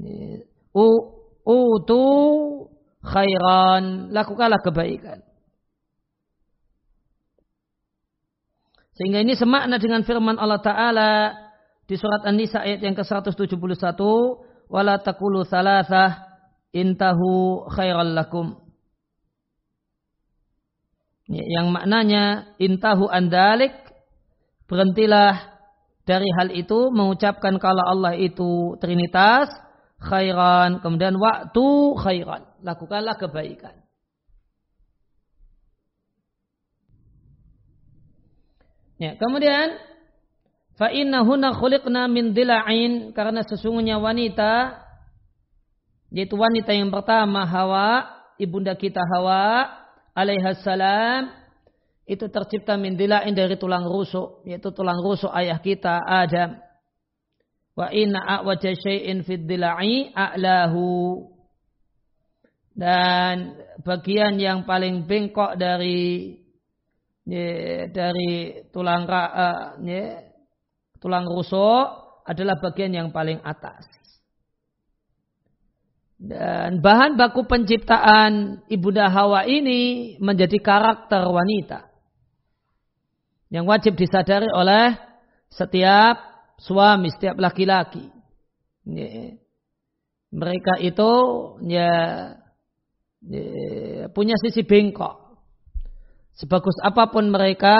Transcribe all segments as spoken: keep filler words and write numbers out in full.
Utu khairan, lakukanlah kebaikan. Sehingga ini semakna dengan firman Allah Ta'ala di surat An-Nisa ayat yang ke seratus tujuh puluh satu, wala taqulu thalathah intahu khairal lakum. Yang maknanya intahu andalik, berhentilah dari hal itu, mengucapkan kalau Allah itu Trinitas, khairan, kemudian waktu khairan, lakukanlah kebaikan. Ya, kemudian fa innahunna khuliqna min dila'in, karena sesungguhnya wanita, yaitu wanita yang pertama Hawa, ibunda kita Hawa alaihassalam, itu tercipta min dila'in dari tulang rusuk, yaitu tulang rusuk ayah kita Adam. Wa inna a'waja syai'in fid dila'i a'lahu. Dan bagian yang paling bengkok dari ya, dari tulang uh, ya, tulang rusuk adalah bagian yang paling atas. Dan bahan baku penciptaan ibunda Hawa ini menjadi karakter wanita yang wajib disadari oleh setiap suami, setiap laki-laki. Ya. Mereka itu ya, ya, punya sisi bengkok. Sebagus apapun mereka,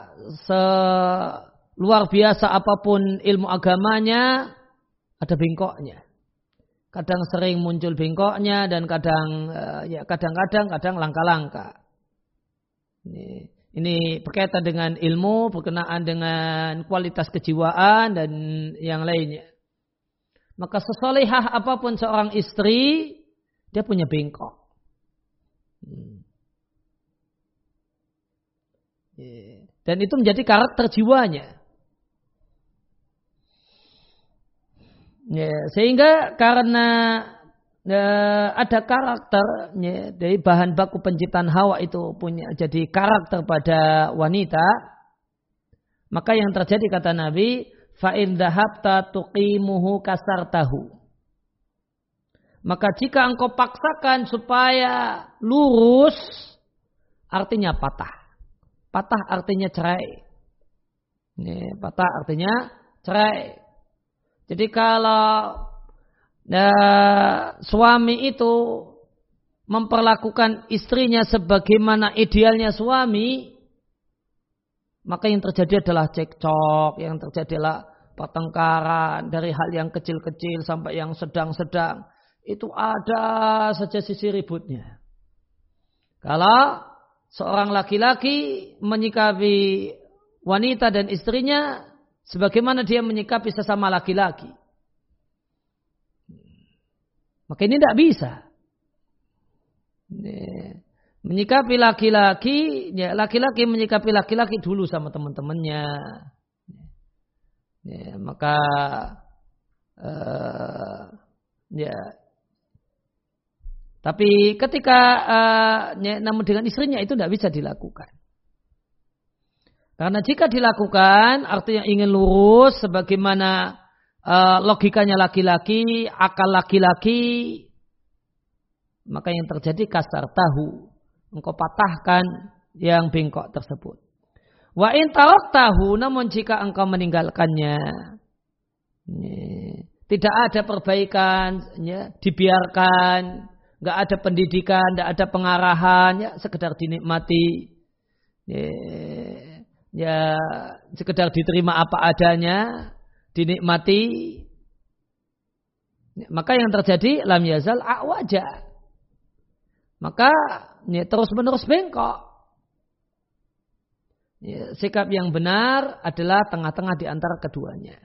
seluar biasa apapun ilmu agamanya, ada bengkoknya. Kadang sering muncul bengkoknya dan kadang ya kadang-kadang kadang langka-langka. Ini Ini berkaitan dengan ilmu, berkenaan dengan kualitas kejiwaan dan yang lainnya. Maka sesolehah apapun seorang istri, dia punya bengkok. Dan itu menjadi karakter jiwanya. Sehingga karena ada karakter ya, dari bahan baku penciptaan Hawa itu punya jadi karakter pada wanita, maka yang terjadi kata Nabi, fa in dhahabta tuqimuhu kasartahu. Maka jika engkau paksakan supaya lurus, artinya patah. Patah artinya cerai. Ini, patah artinya cerai. Jadi kalau Nah, suami itu memperlakukan istrinya sebagaimana idealnya suami, maka yang terjadi adalah cekcok, yang terjadi adalah pertengkaran dari hal yang kecil-kecil sampai yang sedang-sedang. Itu ada saja sisi ributnya. Kalau seorang laki-laki menyikapi wanita dan istrinya sebagaimana dia menyikapi sesama laki-laki, maka ini tidak bisa. Menyikapi laki-laki, ya, laki-laki menyikapi laki-laki dulu sama teman-temannya. Ya, maka uh, ya. Tapi ketika uh, ya, namun dengan istrinya itu tidak bisa dilakukan. Karena jika dilakukan, artinya ingin lurus sebagaimana Uh, logikanya laki-laki, akal laki-laki, maka yang terjadi kasar tahu, engkau patahkan yang bengkok tersebut. Wa in taraktahu, namun jika engkau meninggalkannya, ini, tidak ada perbaikan, ya, dibiarkan, nggak ada pendidikan, nggak ada pengarahan, ya, sekedar dinikmati, ya, ya sekedar diterima apa adanya, dinikmati, maka yang terjadi lam yazal a'waja, maka ya, terus menerus bengkok. Ya, sikap yang benar adalah tengah-tengah di antara keduanya.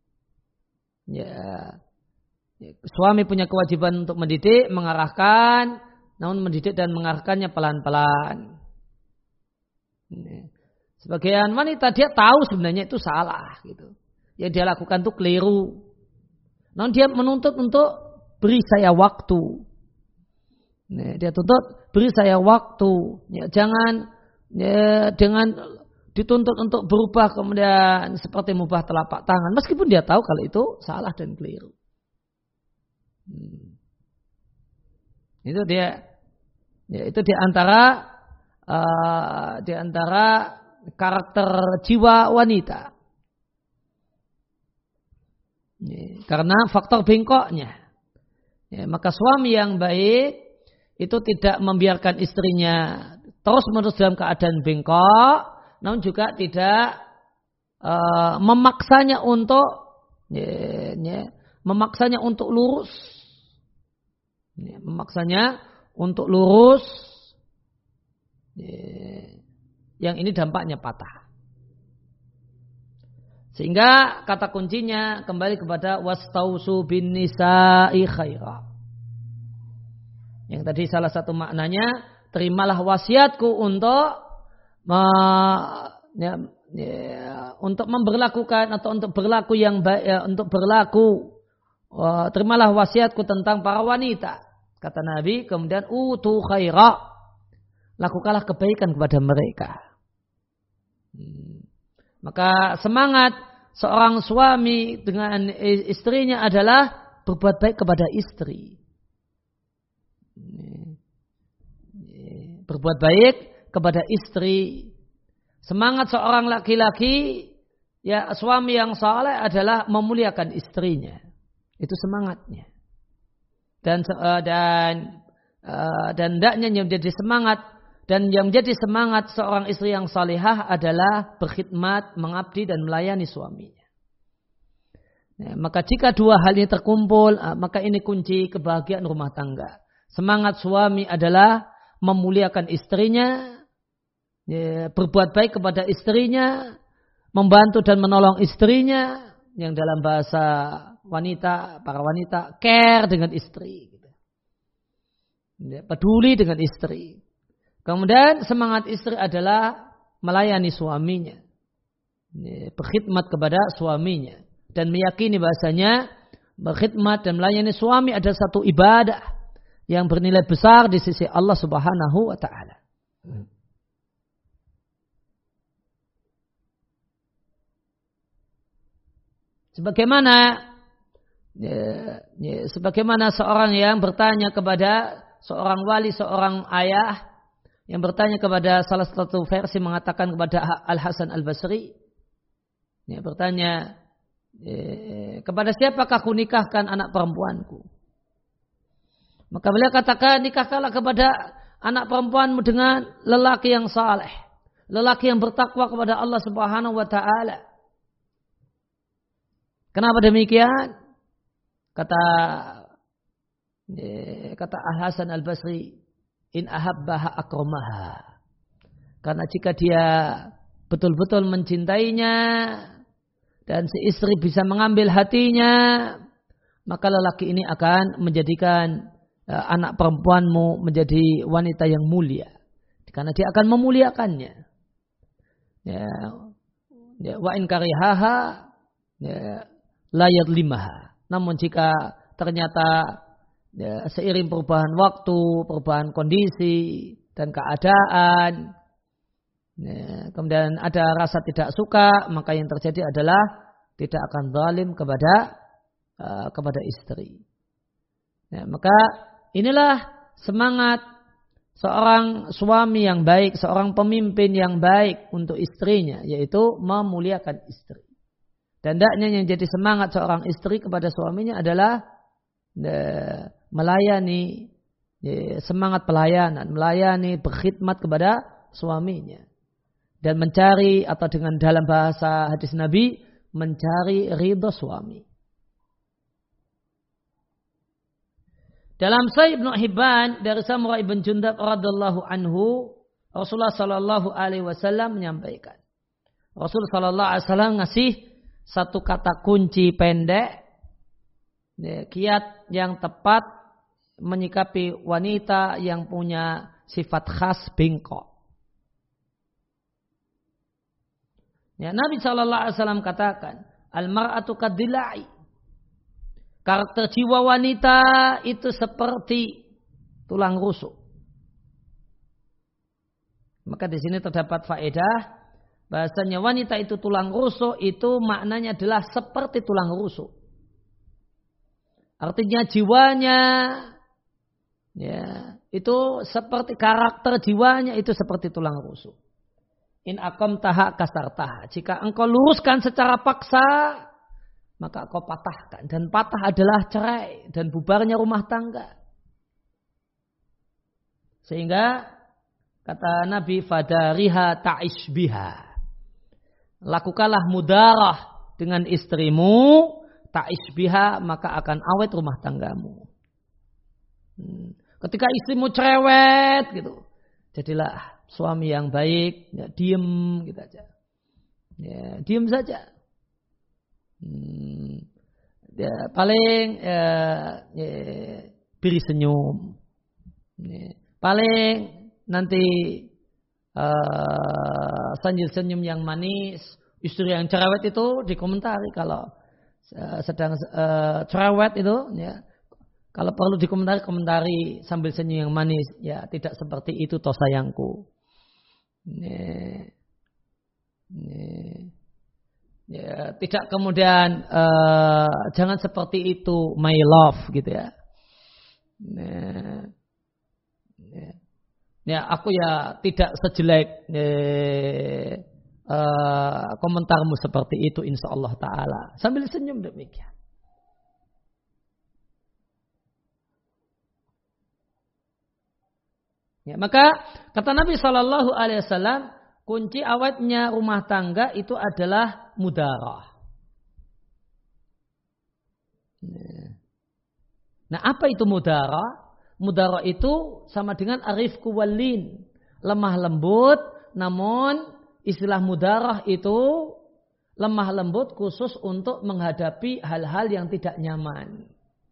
Ya, ya, suami punya kewajiban untuk mendidik, mengarahkan, namun mendidik dan mengarahkannya pelan-pelan. Ya. Sebagian wanita dia tahu sebenarnya itu salah, gitu. Yang dia lakukan itu keliru. Namun dia menuntut untuk beri saya waktu. Nah, dia tuntut beri saya waktu. Ya, jangan ya, dengan dituntut untuk berubah kemudian seperti mubah telapak tangan. Meskipun dia tahu kalau itu salah dan keliru. Hmm. Itu dia, ya, itu di antara uh, di antara karakter jiwa wanita. Ya, karena faktor bengkoknya. Ya, maka suami yang baik itu tidak membiarkan istrinya terus-menerus dalam keadaan bengkok, namun juga tidak uh, memaksanya untuk ya, ya, memaksanya untuk lurus, ya, memaksanya untuk lurus, ya, yang ini dampaknya patah. Sehingga kata kuncinya kembali kepada wastausu bin nisa'i khaira. Yang tadi salah satu maknanya, terimalah wasiatku untuk me, ya, ya, untuk memberlakukan atau untuk berlaku yang baik, ya, untuk berlaku. Uh, terimalah wasiatku tentang para wanita. Kata Nabi, kemudian utu khaira, lakukanlah kebaikan kepada mereka. Hmm. Maka semangat seorang suami dengan istrinya adalah berbuat baik kepada istri. Berbuat baik kepada istri. Semangat seorang laki-laki, ya suami yang saleh adalah memuliakan istrinya. Itu semangatnya. Dan dan dan hendaknya yang menjadi semangat dan yang menjadi semangat seorang istri yang salihah adalah berkhidmat, mengabdi dan melayani suaminya. Ya, maka jika dua hal ini terkumpul, maka ini kunci kebahagiaan rumah tangga. Semangat suami adalah memuliakan istrinya, ya, berbuat baik kepada istrinya, membantu dan menolong istrinya, yang dalam bahasa wanita, para wanita, care dengan istri, gitu. Ya, peduli dengan istri. Kemudian semangat istri adalah melayani suaminya, ya, berkhidmat kepada suaminya, dan meyakini bahasanya berkhidmat dan melayani suami adalah satu ibadah yang bernilai besar di sisi Allah Subhanahu wa taala. Sebagaimana ya, ya, sebagaimana seorang yang bertanya kepada seorang wali, seorang ayah yang bertanya kepada salah satu versi mengatakan kepada Al-Hasan Al-Basri, ya, bertanya, ya, kepada siapakah aku nikahkan anak perempuanku? Maka beliau katakan, nikahkanlah kepada anak perempuanmu dengan lelaki yang saleh, lelaki yang bertakwa kepada Allah Subhanahu wa taala. Kenapa demikian? Kata kata Al-Hasan Al-Basri, in ahabbaha akramaha. Karena jika dia betul-betul mencintainya dan si istri bisa mengambil hatinya, maka lelaki ini akan menjadikan anak perempuanmu menjadi wanita yang mulia, karena dia akan memuliakannya. Ya, ya, wa in karihaha, ya, la yadlimaha. Namun jika ternyata, ya, seiring perubahan waktu, perubahan kondisi dan keadaan, ya, kemudian ada rasa tidak suka, maka yang terjadi adalah tidak akan zalim kepada uh, kepada istri. Ya, maka inilah semangat seorang suami yang baik, seorang pemimpin yang baik untuk istrinya, yaitu memuliakan istri. Dan hendaknya yang jadi semangat seorang istri kepada suaminya adalah ya, melayani, ya, semangat pelayanan, melayani, berkhidmat kepada suaminya. Dan mencari, atau dengan dalam bahasa hadis Nabi, mencari ridho suami. Dalam Sahih Ibnu Hibban dari Samurah ibn Jundab radhiyallahu anhu, Rasulullah sallallahu alaihi wasallam menyampaikan. Rasul sallallahu alaihi wasallam ngasih satu kata kunci pendek, ya, kiat yang tepat menyikapi wanita yang punya sifat khas bengkok. Ya, Nabi sallallahu alaihi wasallam katakan, al-mar'atu kadilai. Karakter jiwa wanita itu seperti tulang rusuk. Maka di sini terdapat faedah bahasanya wanita itu tulang rusuk, itu maknanya adalah seperti tulang rusuk. Artinya jiwanya ya, itu seperti karakter jiwanya itu seperti tulang rusuk. In akom taha kasar taha. Jika engkau luruskan secara paksa, maka kau patahkan. Dan patah adalah cerai dan bubarnya rumah tangga. Sehingga kata Nabi, fadariha ta'ishbiha. Lakukanlah mudarah dengan istrimu, ta'ishbiha, maka akan awet rumah tanggamu. Hmm. Ketika istrimu cerewet gitu, jadilah suami yang baik, ya, diem gitu aja. Ya, diem saja. Hmm. Ya, paling ya, ya, beri senyum. Ya, paling nanti uh, sambil senyum yang manis. Istri yang cerewet itu dikomentari kalau uh, sedang uh, cerewet itu, ya. Kalau perlu dikomentari, komentari sambil senyum yang manis. Ya, tidak seperti itu toh sayangku. Nih, nih. Ya, tidak kemudian uh, jangan seperti itu my love gitu ya. Nih, nih. Ya, aku ya tidak sejelek nih, uh, komentarmu seperti itu insya Allah Ta'ala. Sambil senyum demikian. Ya, maka kata Nabi Shallallahu Alaihi Wasallam, kunci awetnya rumah tangga itu adalah mudarah. Nah, apa itu mudarah? Mudarah itu sama dengan arifku walin, lemah lembut. Namun istilah mudarah itu lemah lembut khusus untuk menghadapi hal-hal yang tidak nyaman.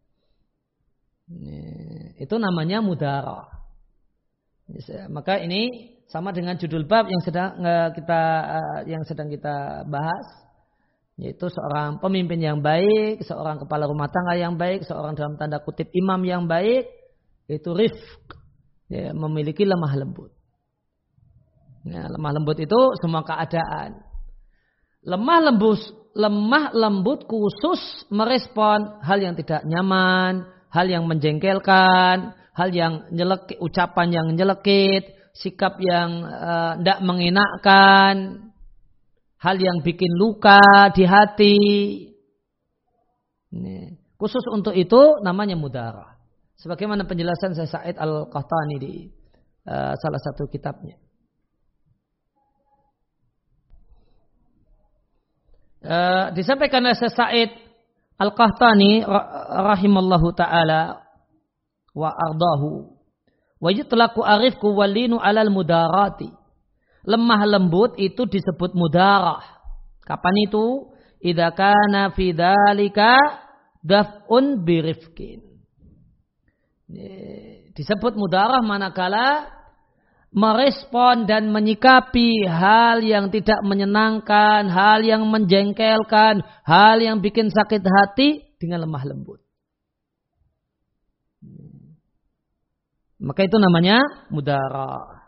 Itu namanya mudarah. Maka ini sama dengan judul bab yang sedang kita yang sedang kita bahas, yaitu seorang pemimpin yang baik, seorang kepala rumah tangga yang baik, seorang dalam tanda kutip imam yang baik, itu rifq, ya, memiliki lemah lembut. Ya, lemah lembut itu semua keadaan. Lemah lembut, lemah lembut khusus merespon hal yang tidak nyaman, hal yang menjengkelkan, hal yang nyelekit, ucapan yang nyelekit, sikap yang tidak uh, mengenakkan, hal yang bikin luka di hati. Ini. Khusus untuk itu namanya mudarah. Sebagaimana penjelasan Syekh Sa'id Al-Qahtani di uh, salah satu kitabnya. Uh, disampaikan oleh Syekh Sa'id Al-Qahtani rahimallahu ta'ala wa ardahu wa yutlaqu arifku walinu alal mudarati. Lemah lembut itu disebut mudarah. Kapan itu? Idza kana fi dzalika daf'un birifqin. Disebut mudarah manakala merespon dan menyikapi hal yang tidak menyenangkan, hal yang menjengkelkan, hal yang bikin sakit hati dengan lemah lembut. Maka itu namanya mudarah.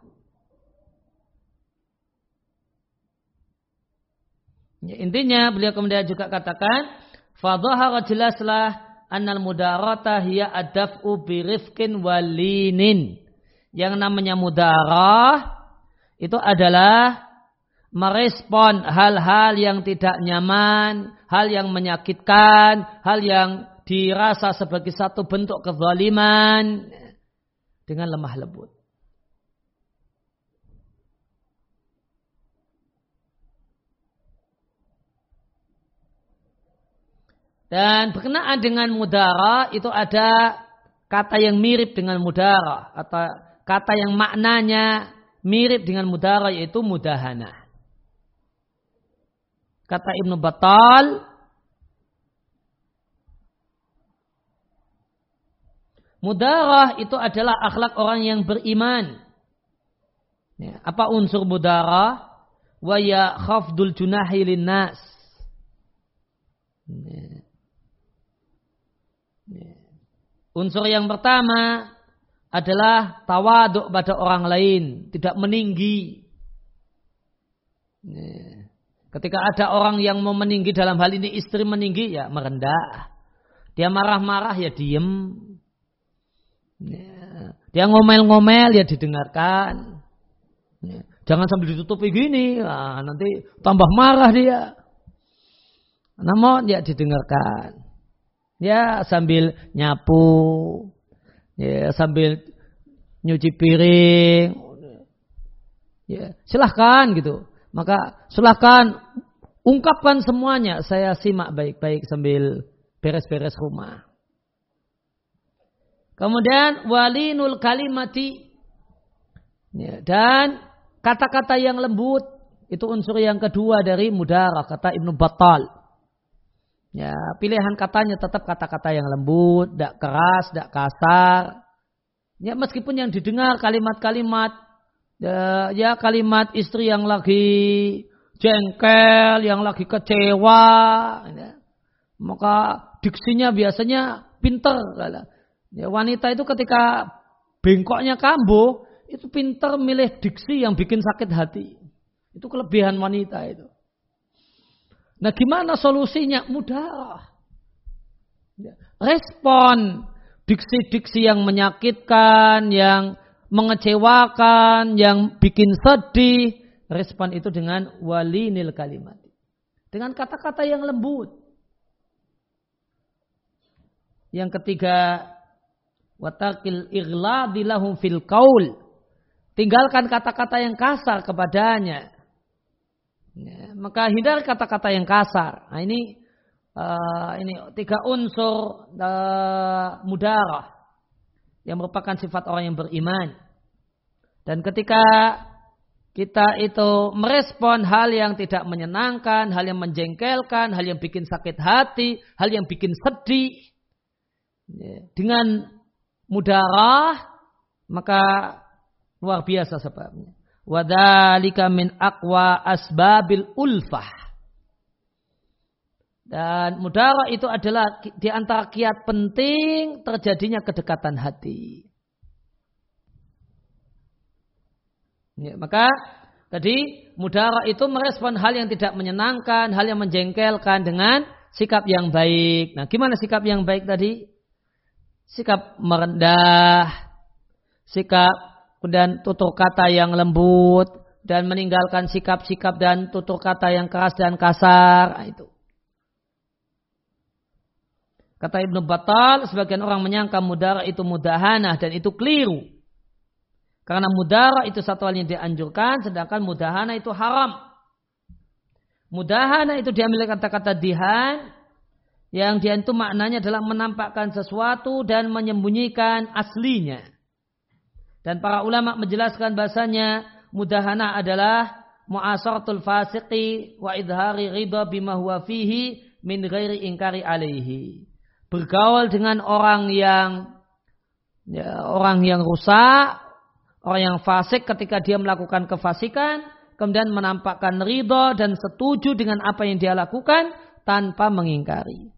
Ya, intinya beliau kemudian juga katakan, fadhahara jelaslah annal mudarata hiya adaf'u birifqin walinin. Yang namanya mudarah itu adalah merespon hal-hal yang tidak nyaman, hal yang menyakitkan, hal yang dirasa sebagai satu bentuk kezaliman dengan lemah lembut. Dan berkenaan dengan mudarah itu ada kata yang mirip dengan mudarah atau kata yang maknanya mirip dengan mudarah yaitu mudahanah. Kata Ibnu Battal, mudarah itu adalah akhlak orang yang beriman. Ya, apa unsur mudarah? Wa ya khafdul junahi linnas. Ya. Ya. Unsur yang pertama adalah tawaduk pada orang lain, tidak meninggi. Ya. Ketika ada orang yang mau meninggi, dalam hal ini istri meninggi, ya merendah. Dia marah-marah ya diem. Ya. Dia ngomel-ngomel ya didengarkan. Ya. Jangan sambil ditutupi gini, nah, nanti tambah marah dia. Namun ya didengarkan. Ya sambil nyapu, ya sambil nyuci piring, ya silahkan gitu. Maka silahkan ungkapkan semuanya. Saya simak baik-baik sambil beres-beres rumah. Kemudian walinul kalimati, ya, dan kata-kata yang lembut itu unsur yang kedua dari mudarah, kata Ibnu Battal. Ya, pilihan katanya tetap kata-kata yang lembut, tidak keras, tidak kasar. Ya, meskipun yang didengar kalimat-kalimat, ya, ya kalimat istri yang lagi jengkel, yang lagi kecewa, ya, maka diksinya biasanya pinter. Ya, wanita itu ketika bengkoknya kambuh, itu pinter milih diksi yang bikin sakit hati. Itu kelebihan wanita itu. Nah, gimana solusinya? Mudah. Respon diksi-diksi yang menyakitkan, yang mengecewakan, yang bikin sedih. Respon itu dengan walinil kalimat. Dengan kata-kata yang lembut. Yang ketiga, watakil ighladi lahum fil qaul. Tinggalkan kata-kata yang kasar kepadanya. Ya, maka hindari kata-kata yang kasar. Nah, ini uh, ini tiga unsur uh, mudarah yang merupakan sifat orang yang beriman. Dan ketika kita itu merespon hal yang tidak menyenangkan, hal yang menjengkelkan, hal yang bikin sakit hati, hal yang bikin sedih, ya, dengan mudarah, maka luar biasa sebabnya. Wadzalika min aqwa asbabil ulfah. Dan mudarah itu adalah di antara kiat penting terjadinya kedekatan hati. Ya, maka tadi mudarah itu merespon hal yang tidak menyenangkan, hal yang menjengkelkan dengan sikap yang baik. Nah, gimana sikap yang baik tadi? Sikap merendah, sikap dan tutur kata yang lembut, dan meninggalkan sikap-sikap dan tutur kata yang keras dan kasar. Nah, itu. Kata Ibnu Battal, sebagian orang menyangka mudarah itu mudahanah, dan itu keliru. Karena mudarah itu satu hal yang dianjurkan, sedangkan mudahanah itu haram. Mudahanah itu diambil kata-kata dihan, yang dihan itu maknanya adalah menampakkan sesuatu dan menyembunyikan aslinya. Dan para ulama menjelaskan bahasanya mudahana adalah mu'asaratul fasiqi wa idhari ridha bima huwa fihi min ghairi ingkari alaihi. Bergaul dengan orang yang ya, orang yang rusak, orang yang fasik ketika dia melakukan kefasikan, kemudian menampakkan ridha dan setuju dengan apa yang dia lakukan tanpa mengingkari.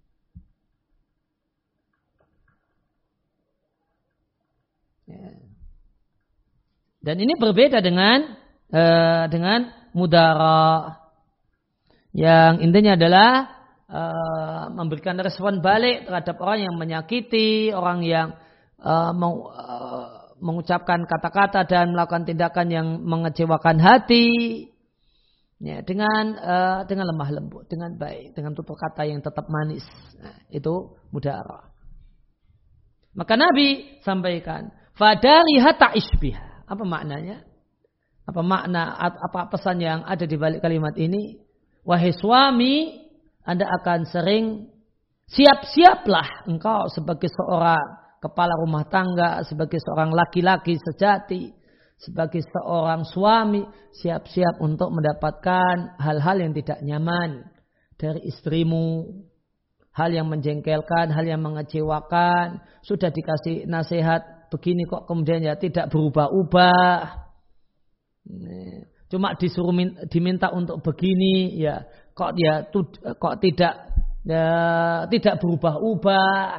Ya. Dan ini berbeda dengan uh, dengan mudarah yang intinya adalah uh, memberikan respon balik terhadap orang yang menyakiti, orang yang uh, mau, uh, mengucapkan kata-kata dan melakukan tindakan yang mengecewakan hati, ya, dengan uh, dengan lemah lembut, dengan baik, dengan tutur kata yang tetap manis. Nah, itu mudarah. Maka Nabi sampaikan, fadariha ta'ishbiha. Apa maknanya? Apa makna, apa pesan yang ada di balik kalimat ini? Wahai suami, Anda akan sering siap-siaplah engkau sebagai seorang kepala rumah tangga, sebagai seorang laki-laki sejati, sebagai seorang suami, siap-siap untuk mendapatkan hal-hal yang tidak nyaman dari istrimu. Hal yang menjengkelkan, hal yang mengecewakan. Sudah dikasih nasihat begini kok kemudian ya tidak berubah-ubah. Cuma disuruh diminta untuk begini ya kok ya kok tidak ya, tidak berubah-ubah.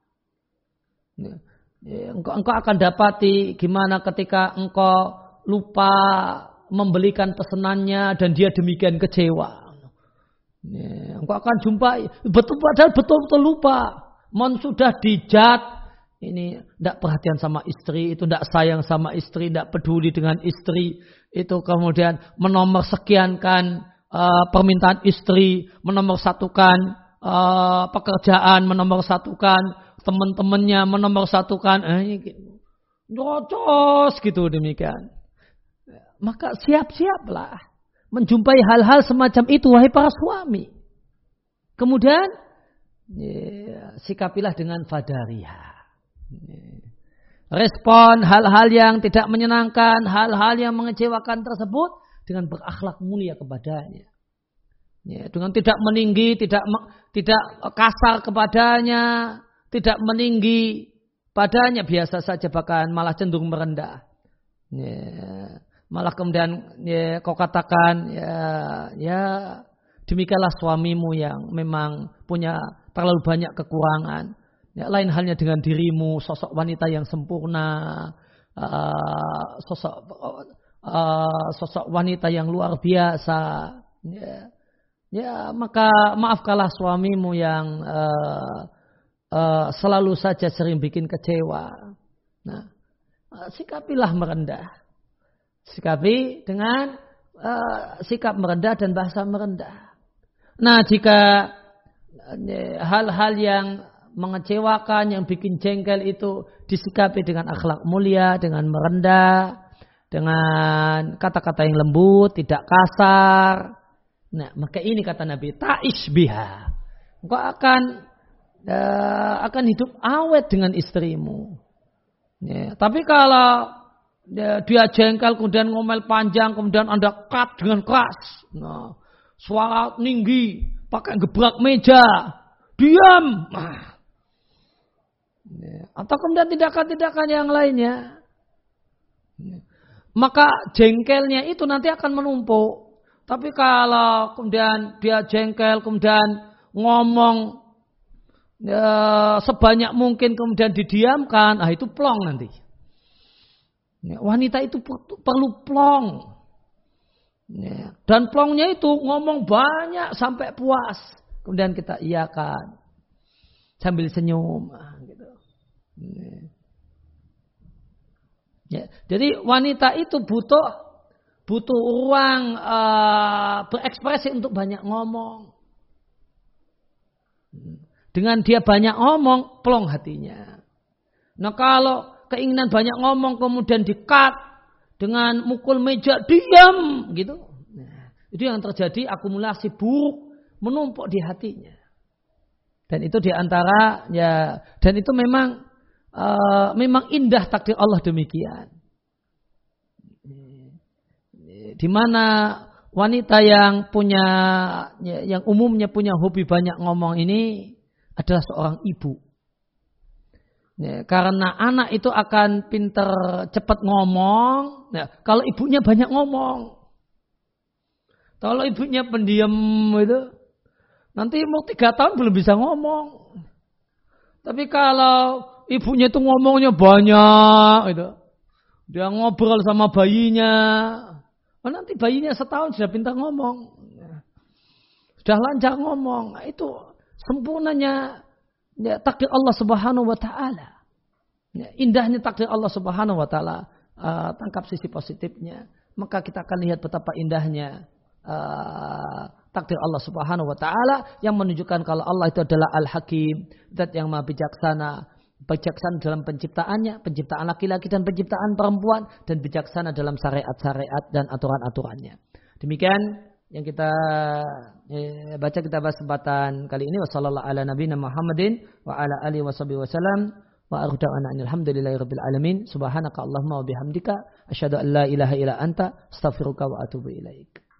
Engkau, engkau akan dapati gimana ketika engkau lupa membelikan pesanannya dan dia demikian kecewa. Engkau akan jumpai betul padahal betul-betul lupa. mon sudah dijat, ini tidak perhatian sama istri, itu tidak sayang sama istri, tidak peduli dengan istri, itu kemudian menomor sekiankan uh, permintaan istri, menomor satukan uh, pekerjaan, menomor satukan teman-temannya, menomor satukan, eh, gitu. Nyocos gitu demikian. Maka siap-siaplah menjumpai hal-hal semacam itu, wahai para suami. Kemudian ya, sikapilah dengan fadariyah. Respon hal-hal yang tidak menyenangkan, hal-hal yang mengecewakan tersebut dengan berakhlak mulia kepadanya. Ya, dengan tidak meninggi, tidak tidak kasar kepadanya, tidak meninggi padanya, biasa saja, bahkan malah cenderung merendah. Ya, malah kemudian ya, kau katakan ya, ya demikianlah suamimu yang memang punya terlalu banyak kekurangan. Ya, lain halnya dengan dirimu, sosok wanita yang sempurna, uh, sosok uh, sosok wanita yang luar biasa. Ya, ya maka maafkanlah suamimu yang uh, uh, selalu saja sering bikin kecewa. Nah, uh, sikapilah merendah. Sikapi dengan uh, sikap merendah dan bahasa merendah. Nah, jika uh, hal-hal yang mengecewakan, yang bikin jengkel itu disikapi dengan akhlak mulia, dengan merendah, dengan kata-kata yang lembut, tidak kasar. Nah, maka ini kata Nabi, ta'ish biha. Engkau akan uh, akan hidup awet dengan istrimu. Ya, tapi kalau Ya, dia jengkel, kemudian ngomel panjang, kemudian Anda cut dengan keras. Nah, suara tinggi, pakai gebrak meja, diam. Nah. Ya, atau kemudian tindakan-tindakan yang lainnya. Ya. Maka jengkelnya itu nanti akan menumpuk. Tapi kalau kemudian dia jengkel, kemudian ngomong ya, sebanyak mungkin, kemudian didiamkan, ah itu plong nanti. Ya, wanita itu perlu plong. Ya, dan plongnya itu ngomong banyak sampai puas. Kemudian kita iakan. Sambil senyum. Gitu. Ya. Ya, jadi wanita itu butuh butuh ruang uh, berekspresi untuk banyak ngomong. Dengan dia banyak ngomong, plong hatinya. Nah kalau keinginan banyak ngomong kemudian di-cut dengan mukul meja, diam gitu. Nah, itu yang terjadi, akumulasi buruk menumpuk di hatinya. Dan itu diantara ya, dan itu memang uh, memang indah takdir Allah demikian. Di mana wanita yang punya ya, yang umumnya punya hobi banyak ngomong ini adalah seorang ibu. Ya, karena anak itu akan pinter cepat ngomong. Ya, kalau ibunya banyak ngomong, kalau ibunya pendiam itu, nanti mau tiga tahun belum bisa ngomong. Tapi kalau ibunya itu ngomongnya banyak, itu, dia ngobrol sama bayinya, oh, nanti bayinya setahun sudah pintar ngomong, sudah lancar ngomong. Nah, itu sempurnanya ya, takdir Allah Subhanahu wa taala. Ya, indahnya takdir Allah Subhanahu wa taala, uh, tangkap sisi positifnya, maka kita akan lihat betapa indahnya uh, takdir Allah Subhanahu wa taala yang menunjukkan kalau Allah itu adalah Al-Hakim, zat yang Maha bijaksana, bijaksana dalam penciptaannya, penciptaan laki-laki dan penciptaan perempuan, dan bijaksana dalam syariat-syariat dan aturan-aturannya. Demikian yang kita eh, baca kita bahas kesempatan kali ini. Wassallallahu ala nabiyina Muhammadin wa ala alihi washabihi wasallam wa arja'ana alhamdulillahirabbil alamin. Subhanaka Allahumma wa bihamdika asyhadu an la ilaha illa anta astaghfiruka wa atubu ilaik.